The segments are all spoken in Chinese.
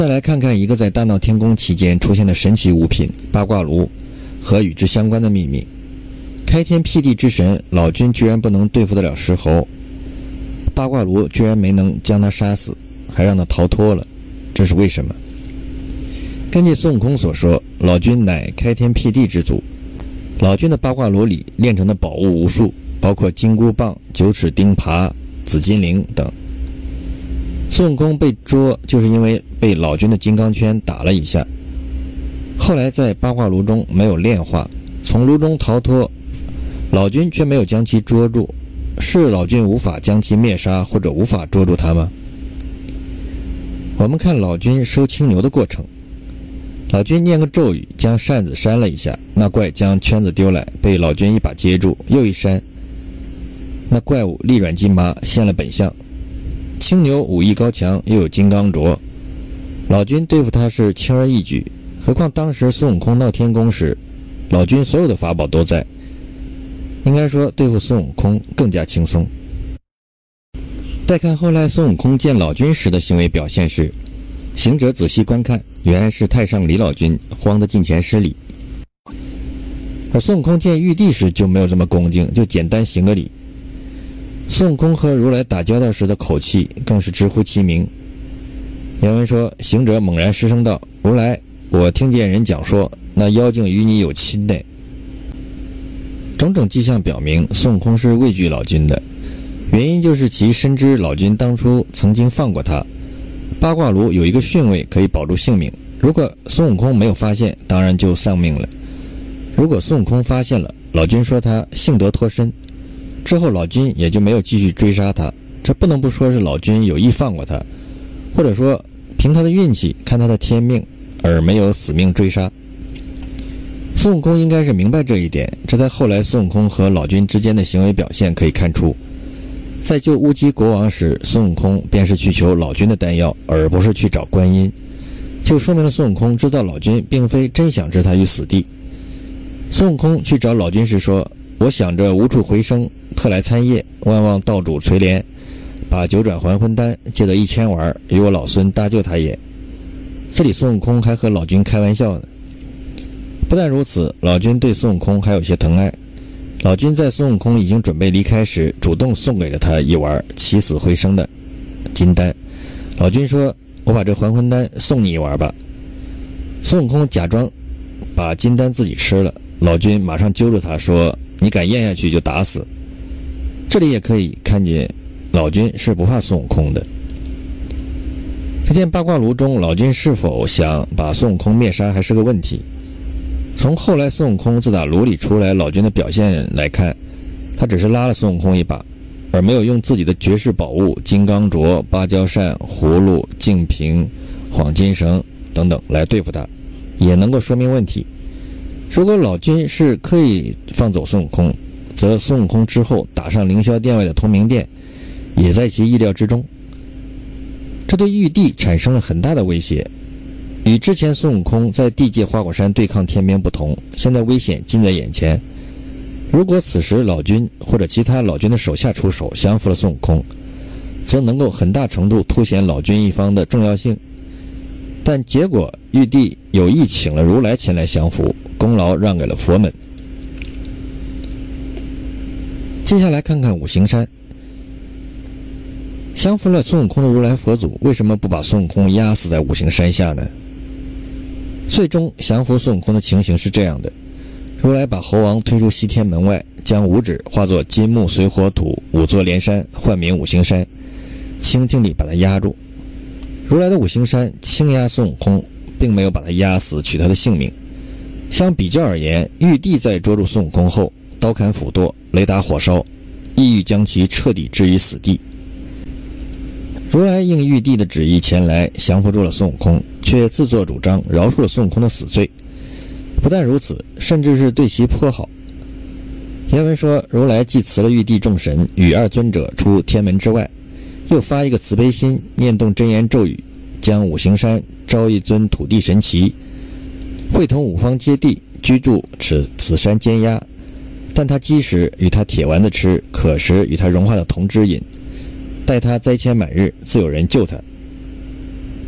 再来看看一个在大闹天宫期间出现的神奇物品八卦炉和与之相关的秘密。开天辟地之神老君居然不能对付得了石猴，八卦炉居然没能将他杀死，还让他逃脱了，这是为什么？根据孙悟空所说，老君乃开天辟地之祖，老君的八卦炉里炼成的宝物无数，包括金箍棒、九齿钉耙、紫金铃等。孙悟空被捉就是因为被老君的金刚圈打了一下，后来在八卦炉中没有炼化，从炉中逃脱，老君却没有将其捉住，是老君无法将其灭杀，或者无法捉住他吗？我们看老君收青牛的过程，老君念个咒语，将扇子扇了一下，那怪将圈子丢来，被老君一把接住，又一扇，那怪物力软筋麻，现了本相。青牛武艺高强，又有金刚镯，老君对付他是轻而易举，何况当时孙悟空闹天宫时，老君所有的法宝都在，应该说对付孙悟空更加轻松。再看后来孙悟空见老君时的行为表现是，行者仔细观看，原来是太上李老君，慌得近前施礼。而孙悟空见玉帝时就没有这么恭敬，就简单行个礼。孙悟空和如来打交道时的口气更是直呼其名。原文说，行者猛然失声道：“如来，我听见人讲说，那妖精与你有亲呢。”种种迹象表明，孙悟空是畏惧老君的，原因就是其深知老君当初曾经放过他。八卦炉有一个巽位可以保住性命，如果孙悟空没有发现，当然就丧命了。如果孙悟空发现了，老君说他幸得脱身，之后老君也就没有继续追杀他，这不能不说是老君有意放过他，或者说凭他的运气看他的天命而没有死命追杀。孙悟空应该是明白这一点，这在后来孙悟空和老君之间的行为表现可以看出。在救乌鸡国王时，孙悟空便是去求老君的丹药，而不是去找观音，就说明了孙悟空知道老君并非真想置他于死地。孙悟空去找老君时说：“我想着无处回生，特来参谒，万望道主垂怜，把九转还魂丹借得1000丸，与我老孙搭救他也。”这里孙悟空还和老君开玩笑呢。不但如此，老君对孙悟空还有些疼爱。老君在孙悟空已经准备离开时，主动送给了他1丸起死回生的金丹。老君说：“我把这还魂丹送你1丸吧。”孙悟空假装把金丹自己吃了，老君马上揪住他说：“你敢咽下去就打死。”这里也可以看见老君是不怕孙悟空的。可见八卦炉中老君是否想把孙悟空灭杀还是个问题。从后来孙悟空自打炉里出来，老君的表现来看，他只是拉了孙悟空一把，而没有用自己的绝世宝物金刚镯、芭蕉扇、葫芦、净瓶、晃金绳等等来对付他，也能够说明问题。如果老君是刻意放走孙悟空，则孙悟空之后打上凌霄殿外的通明殿，也在其意料之中。这对玉帝产生了很大的威胁。与之前孙悟空在地界花果山对抗天兵不同，现在危险近在眼前。如果此时老君或者其他老君的手下出手降服了孙悟空，则能够很大程度凸显老君一方的重要性。但结果玉帝有意请了如来前来降服，功劳让给了佛门。接下来看看五行山。降服了孙悟空的如来佛祖为什么不把孙悟空压死在五行山下呢？最终降服孙悟空的情形是这样的：如来把猴王推出西天门外，将五指化作金木水火土5座连山，唤名五行山，轻轻地把他压住。如来的五行山轻压孙悟空，并没有把他压死取他的性命。相比较而言，玉帝在捉住孙悟空后，刀砍斧剁，雷打火烧，意欲将其彻底置于死地。如来应玉帝的旨意前来降服住了孙悟空，却自作主张饶恕了孙悟空的死罪。不但如此，甚至是对其颇好。原文说，如来既辞了玉帝众神，与二尊者出天门之外，又发一个慈悲心，念动真言咒语，将五行山招一尊土地神祇，会同五方揭谛居住此山间压，但他饥时与他铁丸子吃，渴时与他融化的铜汁饮，待他灾迁满日，自有人救他。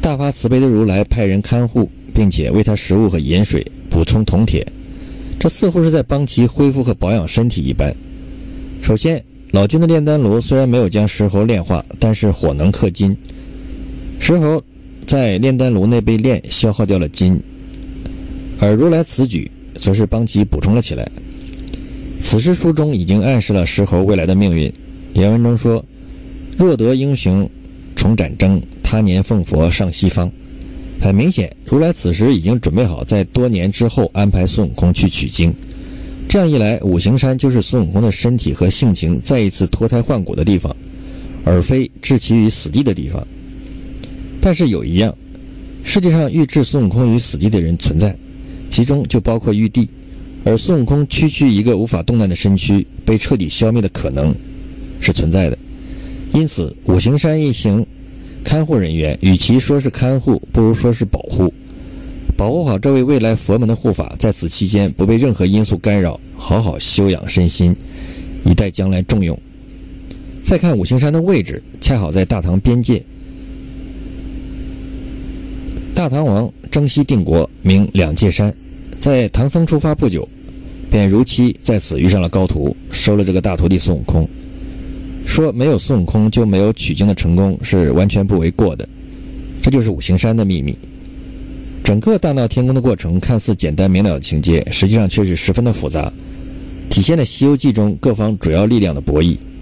大发慈悲的如来派人看护，并且为他食物和饮水，补充铜铁，这似乎是在帮其恢复和保养身体一般。首先，老君的炼丹炉虽然没有将石猴炼化，但是火能克金，石猴在炼丹炉内被炼，消耗掉了金，而如来此举则是帮其补充了起来。此诗书中已经暗示了石猴未来的命运。原文中说：若得英雄重斩征，他年奉佛上西方。很明显，如来此时已经准备好在多年之后安排孙悟空去取经。这样一来，五行山就是孙悟空的身体和性情再一次脱胎换骨的地方，而非置其于死地的地方。但是有一样，世界上欲置孙悟空于死地的人存在，其中就包括玉帝，而孙悟空区区一个无法动弹的身躯被彻底消灭的可能是存在的。因此，五行山一行看护人员与其说是看护，不如说是保护。保护好这位未来佛门的护法，在此期间不被任何因素干扰，好好休养身心，以待将来重用。再看五行山的位置，恰好在大唐边界。大唐王征西定国，名两界山，在唐僧出发不久，便如期在此遇上了高徒，收了这个大徒弟孙悟空。说没有孙悟空就没有取经的成功，是完全不为过的。这就是五行山的秘密。整个大闹天宫的过程看似简单明了的情节，实际上却是十分的复杂，体现了《西游记》中各方主要力量的博弈。